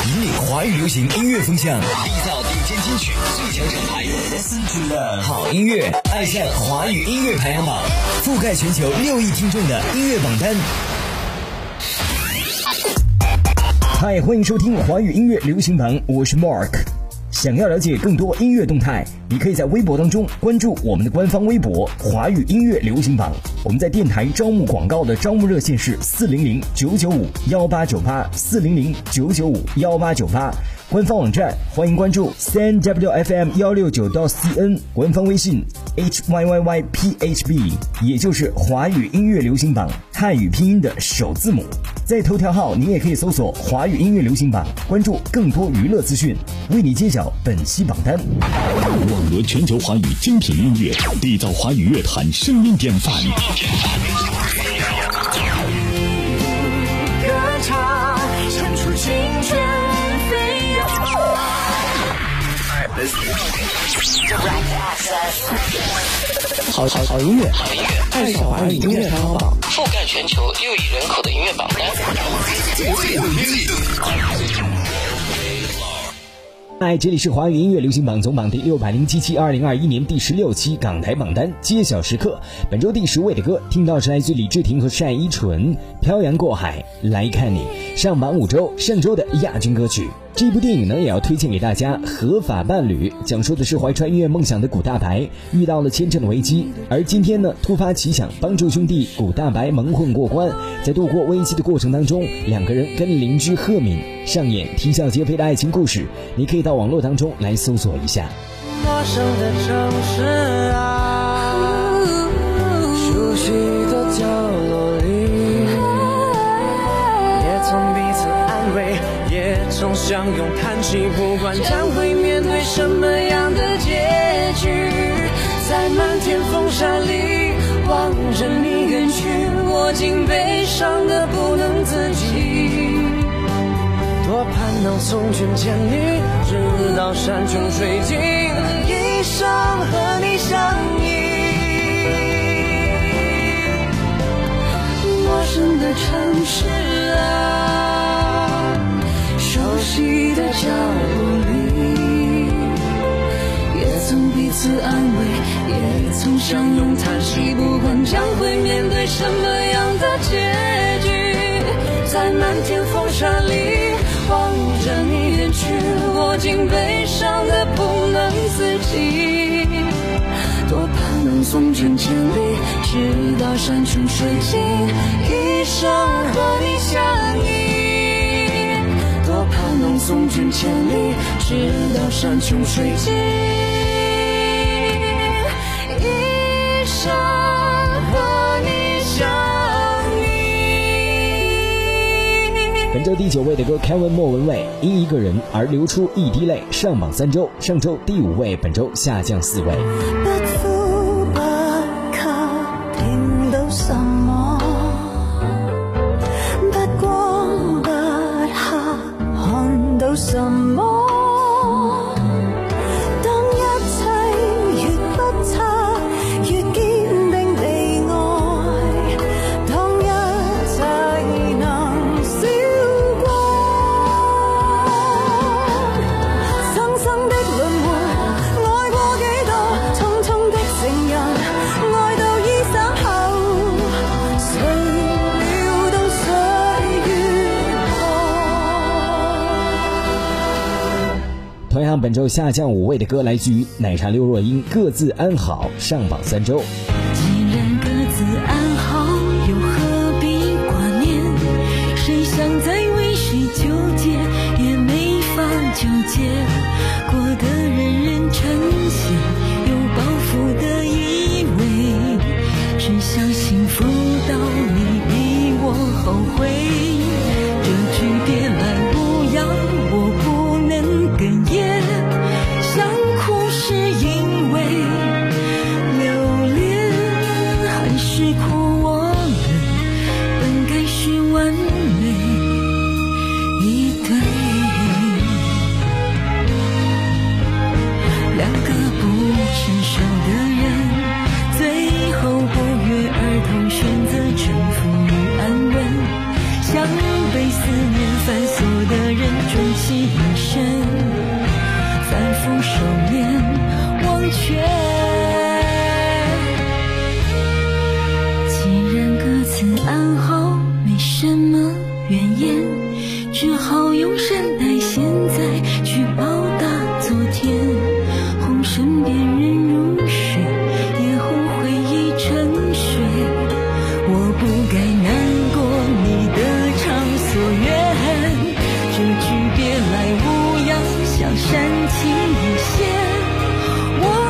引领华语流行音乐风向，缔造顶尖金曲最强厂牌。Listen to love， 好音乐，爱上华语音乐排行榜，覆盖全球6亿听众的音乐榜单。嗨，欢迎收听华语音乐流行榜，我是 Mark。想要了解更多音乐动态，你可以在微博当中关注我们的官方微博华语音乐流行榜。我们在电台招募广告的招募热线是400-995-1898，400-995-1898。官方网站欢迎关注 3wfm169.cn， 官方微信 HYYYPHB， 也就是华语音乐流行榜汉语拼音的首字母。在头条号你也可以搜索华语音乐流行榜，关注更多娱乐资讯，为你揭晓本期榜单。 网罗全球华语精品音乐，缔造华语乐坛声音典范。 歌唱，唱出青春飞扬。 好音乐，爱上华语音乐排行榜， 覆盖全球6亿人口的音乐榜单。 嗨，这里是华语音乐流行榜总榜第607期，2021年第16期港台榜单揭晓时刻。本周第10位的歌听到是来自李治廷和单依纯，《漂洋过海来看你》，上榜5周，上周的亚军歌曲。这部电影呢，也要推荐给大家。合法伴侣讲述的是怀揣音乐梦想的古大白遇到了签证的危机，而今天呢，突发奇想帮助兄弟古大白蒙混过关。在度过危机的过程当中，两个人跟邻居贺敏上演啼笑皆非的爱情故事。你可以到网络当中来搜索一下。 陌生的城市啊，熟悉的角落里，也曾彼此安慰，也曾相拥叹息，不管将会面对什么样的结局，在漫天风沙里望着你远去，我竟悲伤的不能自己，多盼能送君千里，直到山穷水尽，一生和你相依。陌生的城市啊，熟悉的角落里，也曾彼此安慰，也曾相拥叹息，不管将会面对什么样的结局，在漫天风沙里望着你远去，我竟悲伤的不能自己，多盼能送君千里，直到山穷水尽，一生和你相依，多盼能送君千里，直到山穷水尽，一生和你相依。 本周第9位的歌 Kevin 莫文蔚因一个人而流出一滴泪，上榜3周，上周第5位，本周下降4位。 不呼不吸，聽到什麼？不光不黑，看到什麼？ 同样本周下降5位的歌来自于奶茶刘若英，各自安好，上榜3周。 既然各自安好，又何必挂念？谁想再为谁纠结，也没法纠结。过得人人称羡，有包袱的以为，只想幸福到你比我后悔。这句别来无恙，我不能哽咽，想哭是因为留恋，还是哭我们本该是完美一对，两个不成熟的人，最后不约而同选择臣服与安稳， 只好用善待现在去报答昨天，哄身边人入睡，也哄回忆沉睡。我不该难过你的畅所愿，这句别来无恙像煽情一线，我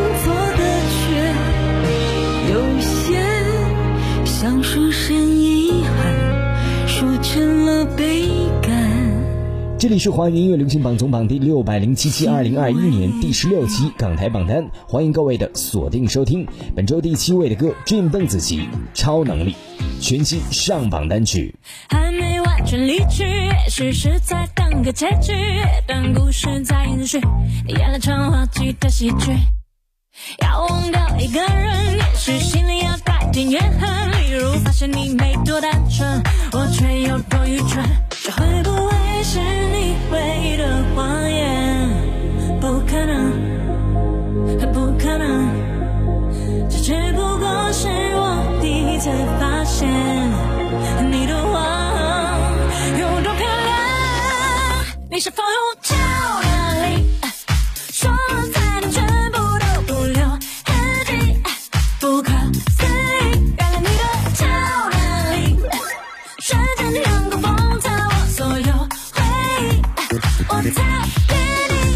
能做的却有限，想说声遗憾，说成了悲感。 这里是华语音乐流行榜总榜第607期2021年第16期港台榜单，欢迎各位的锁定收听。本周第7位的歌 Dream 邓紫棋超能力全新上榜单曲。 还没完全离去，事实在等个结局，但故事在延续，演了场滑稽的喜剧。要忘掉一个人，也许心里要带点怨恨，例如发现你没多单纯，我却有多愚蠢。这会不会是你唯一的谎言？不可能，不可能，这只不过是我第一次发现你的谎有多漂亮。你是否有超能力，说才能全部都不留痕迹，不可思议，原来你的超能力瞬间能够封藏我所有回忆，我讨厌你。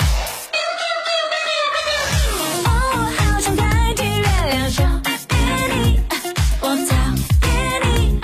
哦，好想代替月亮笑给你，我讨厌你。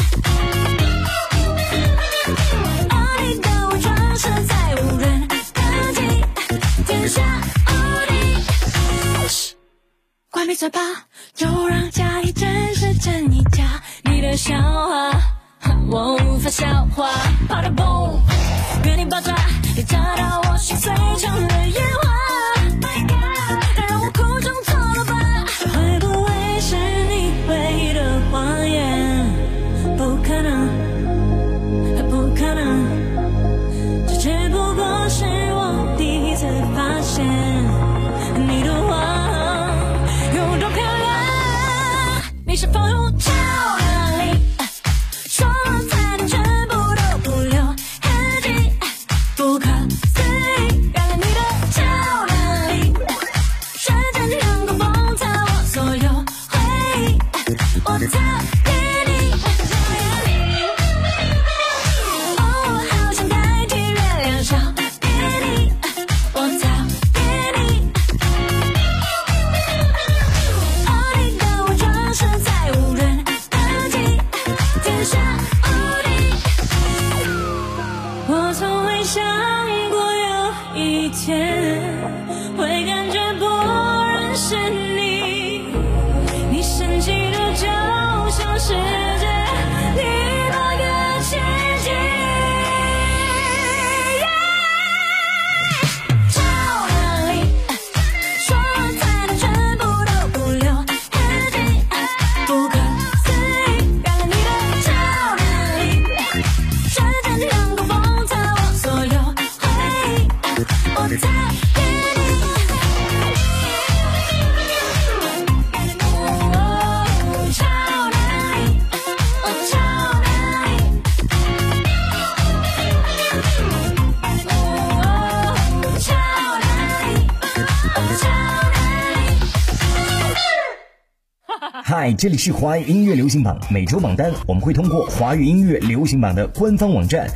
哦，你的伪装实在无人能及，天下无敌。关闭嘴巴，就让家里真实真一家。你的笑话我无法消化，跑得蹦，跟你爆炸，你炸到我心碎成了烟花。让我哭中作了吧，这会不会是你唯一的谎言？不可能，不可能，这只不过是我第一次发现你的谎有多漂亮。你是否有超能力，说才能全部都不留痕迹，不可思议，原来你的超能力瞬间能够封藏我所有回忆，我讨厌你。哦，好想代替月亮笑给你，我讨厌你。哦，你的伪装实在无人能及，天下无敌。我从未想过有一天会感觉不认识你，你神奇的就像世界离我越接近。超能力，说才能全部都不留痕迹，不可思议，原来你的超能力瞬间能够封藏我所有回忆，我讨厌你。超能力，超能力，超能力，超能力。 嗨，这里是华语音乐流行榜每周榜单，我们会通过华语音乐流行榜的官方网站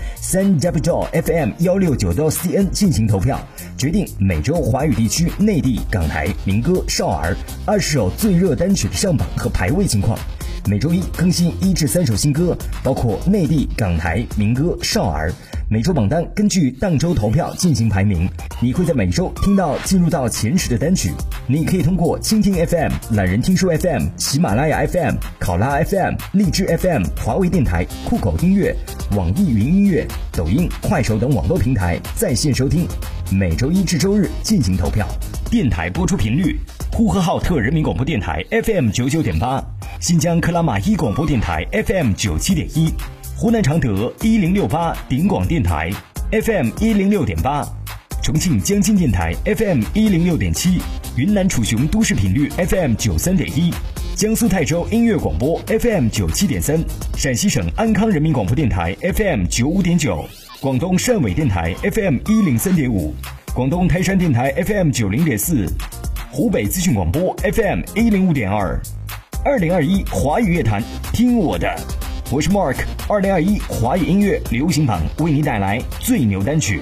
3w.fm169.cn 进行投票，决定每周华语地区、内地、港台、民歌、少儿20首最热单曲的上榜和排位情况。每周一更新1至3首新歌，包括内地、港台、民歌、少儿。每周榜单根据当周投票进行排名，你会在每周听到进入到前10的单曲。你可以通过蜻蜓 FM、懒人听说 FM、喜马拉雅 FM、考拉 FM、荔枝 FM、华为电台、酷狗音乐、网易云音乐、抖音、快手等网络平台在线收听。每周一至周日进行投票。电台播出频率：呼和浩特人民广播电台 FM 99.8，新疆克拉玛依广播电台 FM 97.1，湖南常德1068顶广电台 FM 106.8，重庆江津电台 FM 106.7，云南楚雄都市频率 FM 93.1，江苏泰州音乐广播 FM 97.3，陕西省安康人民广播电台 FM 95.9， 广东汕尾电台 FM103.5， 广东台山电台 FM90.4， 湖北资讯广播 FM105.2。2021华语乐坛，听我的，我是 Mark。2021华语音乐流行榜为您带来最牛单曲。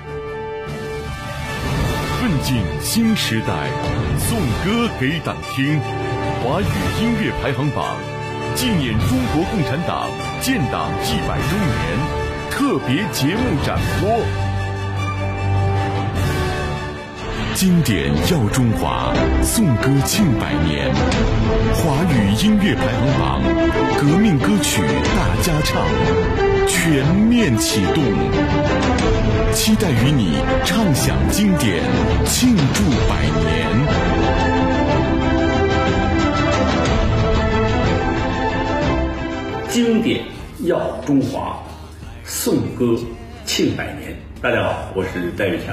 奋进新时代，颂歌给党听。华语音乐排行榜纪念中国共产党建党100周年特别节目展播。经典耀中华，颂歌庆100年。华语音乐排行榜革命歌曲大家唱全面启动，期待与你畅享经典，庆祝100年。 经典耀中华，颂歌庆100年。大家好，我是戴伟强。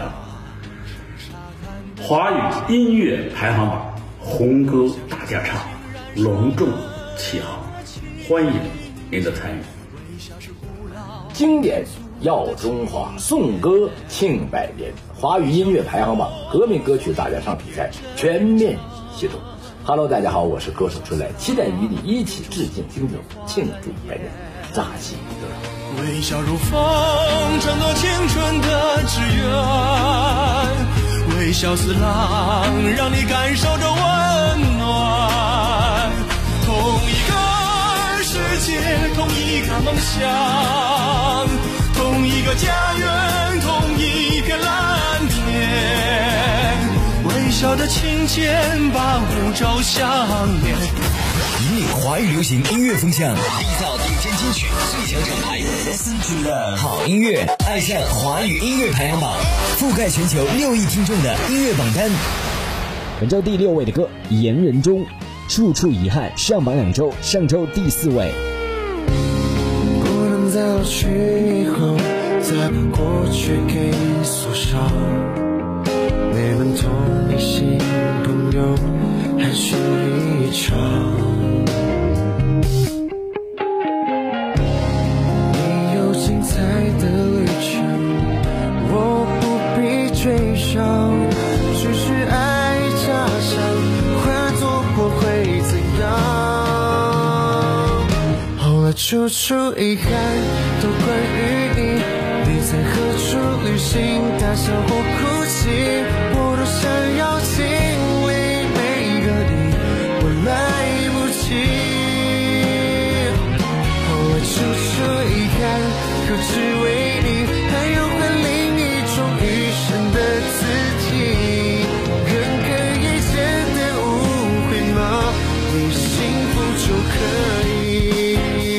华语音乐排行榜红歌大家唱隆重启航，欢迎您的参与。 经典耀中华，颂歌庆100年。华语音乐排行榜革命歌曲大家唱比赛全面启动。Hello， 大家好，我是歌手春来，期待与你一起致敬经典，庆祝100年。大起微笑如风，承诺青春的志愿，微笑似浪，让你感受着温暖。同一个世界，同一个梦想，同一个家园，同一片蓝天。微笑的琴键把五洲相连， 引领华语流行音乐风向，缔造顶尖金曲最强厂牌 Listen to Love， 好音乐爱上华语音乐排行榜，覆盖全球6亿听众的音乐榜单。本周第6位的歌《言人中》，处处遗憾，上榜2周，上周第4位。 不能在老去以后再把过去给锁上，你们同一新朋友寒暄一场，你有精彩的旅程，我不必追上，只是爱假象，换作我会怎样？后来处处遗憾都关于你，你在何处旅行，大笑或哭泣，我都想要经历每个你，我来不及。后来处处遗憾，可只为你，还有换另一种余生的自己，更可以简单误会吗？你幸福就可以。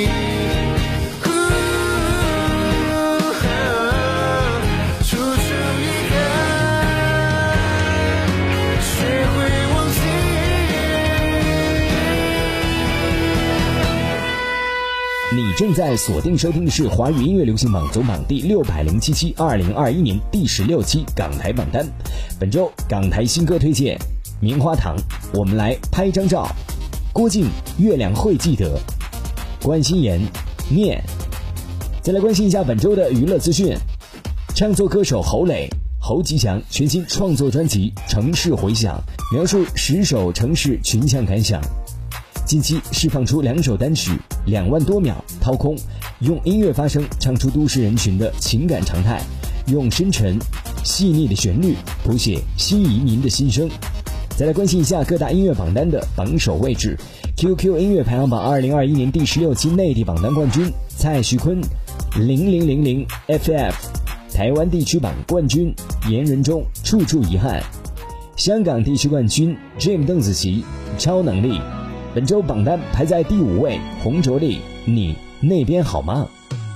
你正在锁定收听的是华语音乐流行榜总榜第607期2021年第16期港台榜单。本周港台新歌推荐：棉花糖，我们来拍张照；郭靖，月亮会记得；关心妍，念。再来关心一下本周的娱乐资讯。唱作歌手侯磊、侯吉祥全新创作专辑《城市回响》，描述10首城市群像感想。近期释放出2首单曲，2万多秒掏空，用音乐发声唱出都市人群的情感常态，用深沉细腻的旋律谱写新移民的心声。再来关心一下各大音乐榜单的榜首位置。 QQ 音乐排行榜2021年第16期内地榜单冠军蔡徐坤0000 FF， 台湾地区榜冠军言人中处处遗憾，香港地区冠军 Jim 邓紫棋超能力。本周榜单排在第5位，洪卓立，你那边好吗？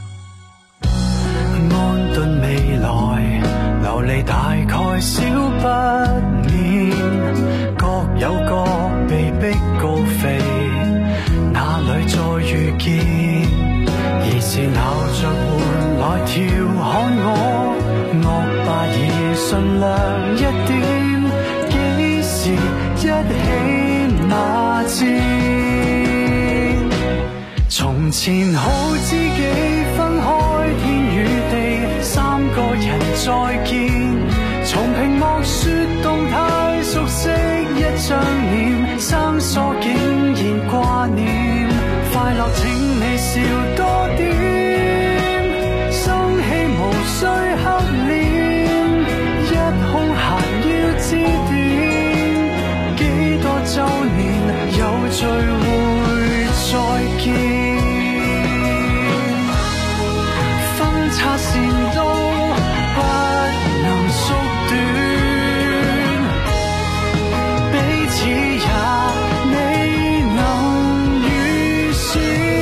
安頓未來，流離大概少不免，各有各被逼告廢，哪裏再遇見？而是鬧着換來調侃我，惡霸已盡量一點，幾時一起那知？從前好知己分開天與地， 笑多點，生氣無需黑臉，一空閒要致電，幾多週年有聚會再見，分叉線都不能縮短，彼此也未能預算。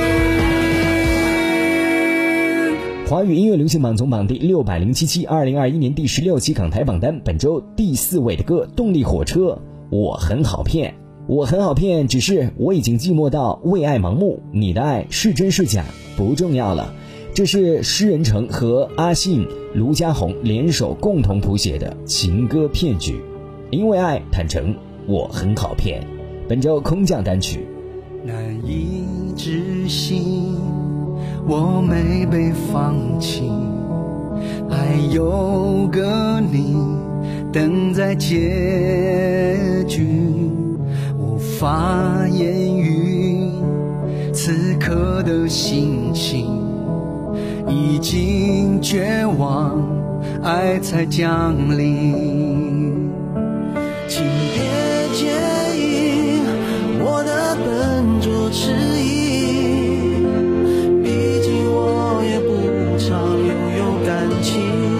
华语音乐流行榜总榜第607期，2021年第16期港台榜单，本周第4位的歌，动力火车，我很好骗。我很好骗，只是我已经寂寞到为爱盲目，你的爱是真是假不重要了。这是诗人城和阿信、卢家宏联手共同谱写的情歌骗局。因为爱坦诚，我很好骗。本周空降单曲。 难以置信，我没被放弃，还有个你等在结局，无法言语此刻的心情，已经绝望，爱才降临。请别介意我的笨拙迟疑，毕竟我也不常拥有感情。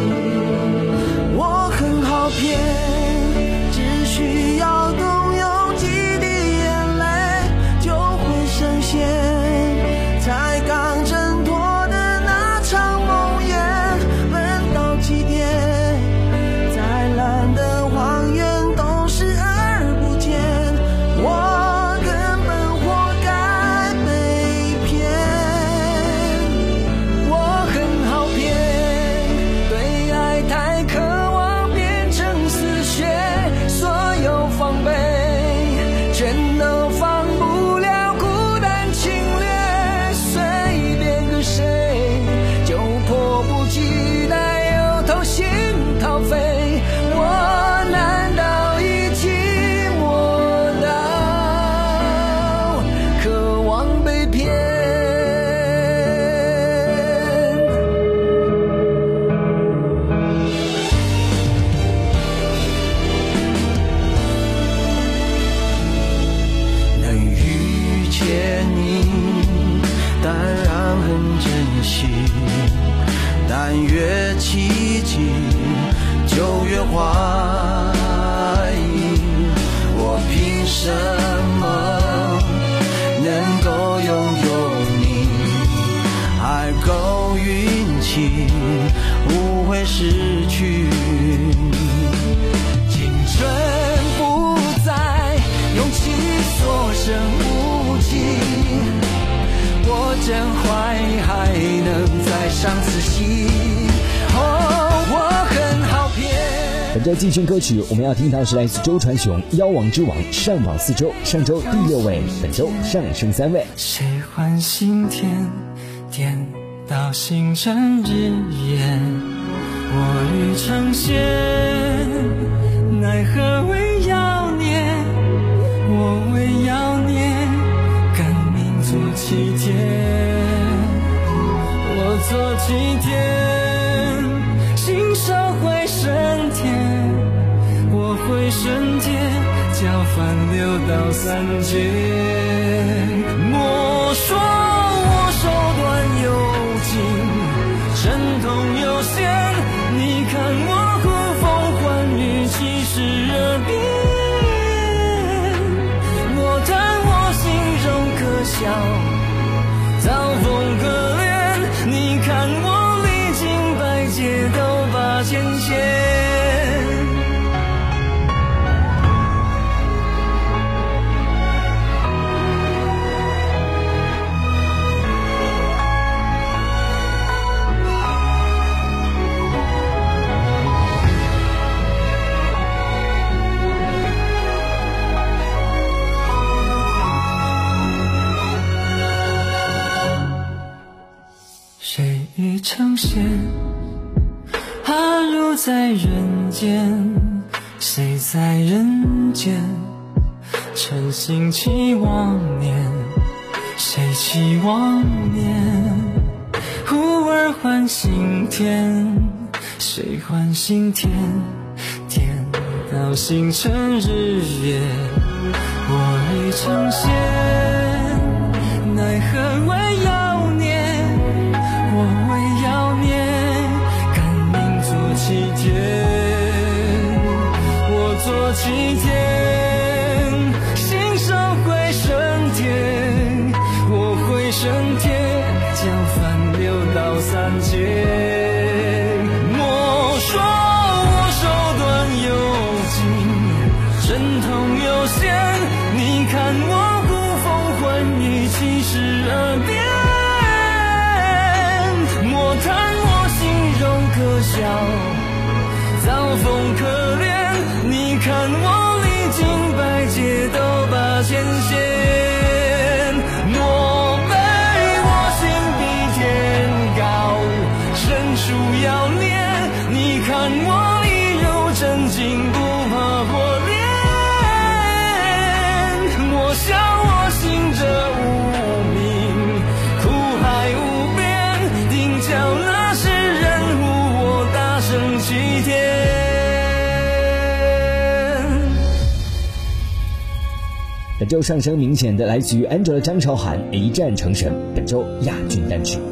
我很好骗，只需要动用几滴眼泪就会深陷，才刚挣脱的那场梦魇，轮到几点，再烂的谎言都视而不见，我根本活该被骗。我很好骗，对爱太渴望变成死穴，所有防备全都防不了孤单侵略，随便个谁就迫不及待又掏心掏肺，我难道已寂寞到渴望被骗？能遇见你当然很珍惜，但越奇迹就越怀疑，我凭什么能够拥有你，还够运气不会失去，青春不再勇气所剩无几，我真坏还能再上次戏，我很好骗。 本周季军歌曲我们要听到是来自周传雄《妖王之王》，上榜4周，上周第6位，本周上升3位。 谁唤醒天颠倒星辰日夜，我欲成仙，奈何为妖孽，我为妖孽跟民族祭奠，我做祭奠，心手会升天，我会升天，叫翻6道3界，莫说我手段有劲，神通有限，你看我呼风唤雨，气势而变，我叹我心中可笑，遭风可怜，你看我历经百劫，都把牵线。谁欲成仙，踏入在人间，谁在人间诚心期望念，谁期望念， 换新天？谁换新天？天到星辰日月，我已成仙，奈何为妖孽，我为妖孽，甘命做七天，我做七天，心手会升天，我会升天，将凡流到三界。莫说我手段有劲，神通有限，你看我古风魂已72变。莫谈我形容可笑，造风可怜，你看我历经百劫都把前线。莫非我心比天高，神出妖孽，你看我一如真金不怕火炼。莫笑我行者无名，苦海无边，定叫那世人护我大圣齐天。 本周上升明显的来自于 Angela 张韶涵一战成神，本周亚军单曲。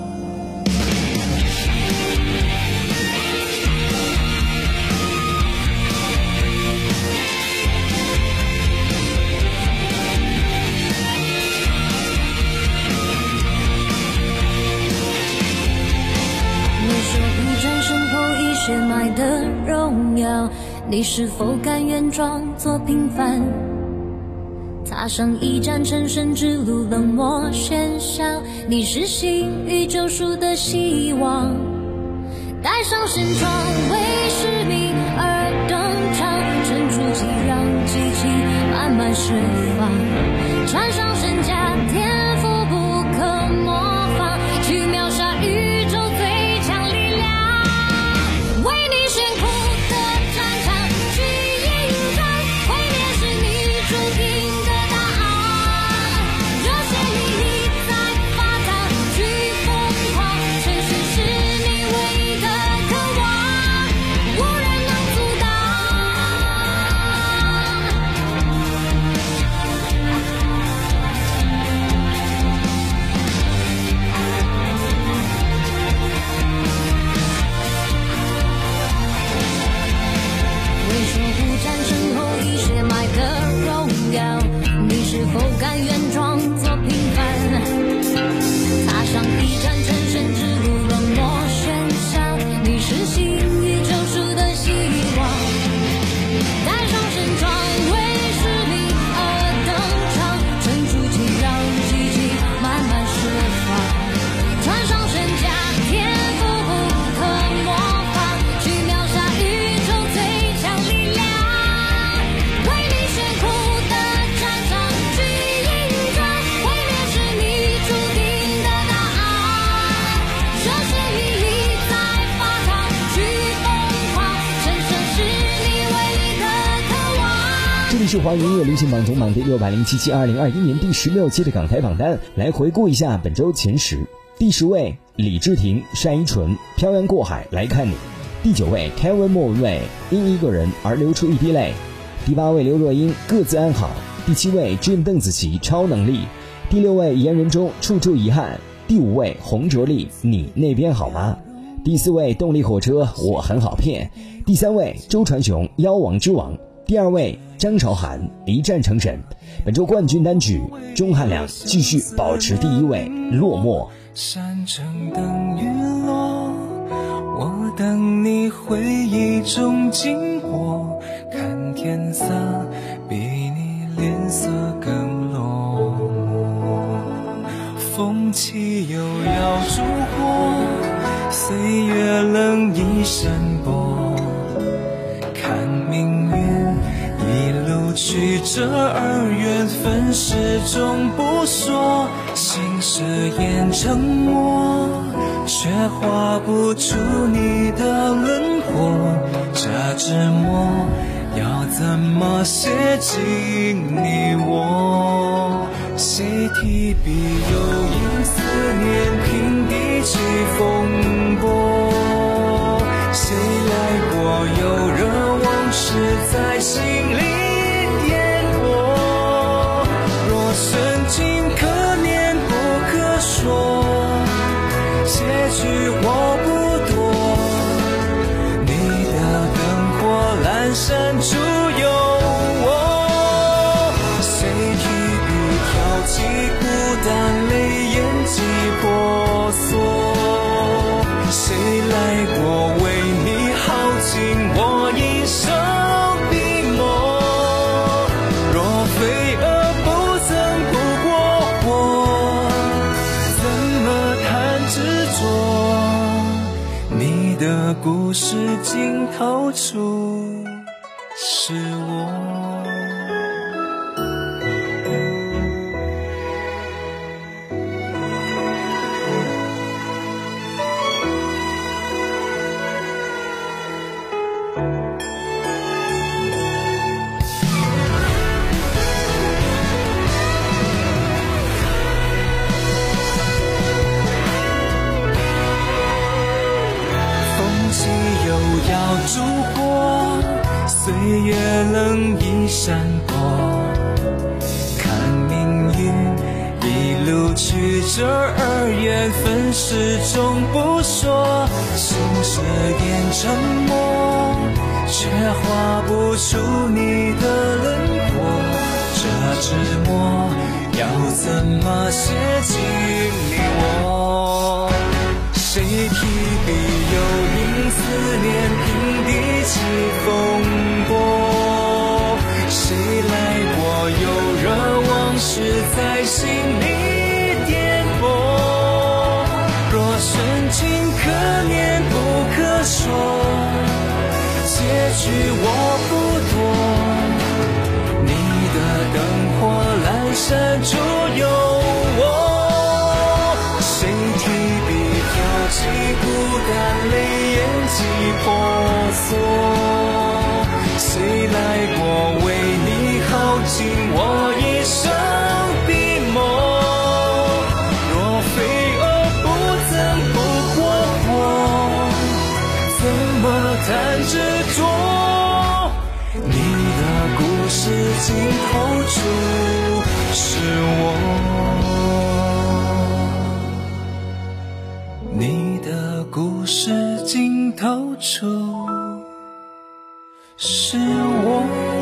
血脉的荣耀，你是否甘愿装作平凡？踏上一战成神之路，冷漠喧嚣，你是新与救赎的希望。带上神装为使命而登场，沉住气让激情慢慢释放，穿上神甲，天赋不可模仿，去秒杀宇宙最强力量。 这里是华语音乐流行榜总榜第607期2021年第16期的港台榜单，来回顾一下本周前10。第10位李治廷、单依纯，漂洋过海来看你。第9位 Kevin 莫文蔚，因一个人而流出一滴泪。第8位刘若英，各自安好。第7位 Dream 邓紫棋，超能力。第6位言人中，处处遗憾。第5位洪卓立，你那边好吗？第4位动力火车，我很好骗。第3位周传雄，妖王之王。第2位张韶涵，一战成神。本周冠军单曲钟汉良继续保持第1位，落寞。 山城等雨落，我等你回忆中经过，看天色比你脸色更落寞，风起又要烛火，岁月冷一山薄，看命运一路曲折而缘分始终不说，心事掩沉默，却画不出你的轮廓，这纸墨要怎么写进你我？谁提笔又因思念平地起风在心里颠簸。若深情可念不可说，结局我不多。你的灯火阑珊处有我，谁提笔挑起孤单，泪眼几婆娑。谁来过为你耗尽我一生笔墨？若飞蛾不曾扑过火，怎么谈执着？你的故事尽头处是我。又要烛火，岁月冷意闪过，看命运一路曲折而缘分始终不说，心事变沉默，却画不出你的轮廓，这纸墨要怎么写进你我？谁提笔又因思念平地起风波？谁来过又惹往事在心里颠簸？若深情可念不可说，结局我不多。你的灯火阑珊处有我，谁提笔挑起孤单，泪眼几婆娑。谁来过为你耗尽我一生笔墨？若飞蛾不曾扑过火，怎么谈执着？你的故事尽头处是我，你的故事尽头处是我。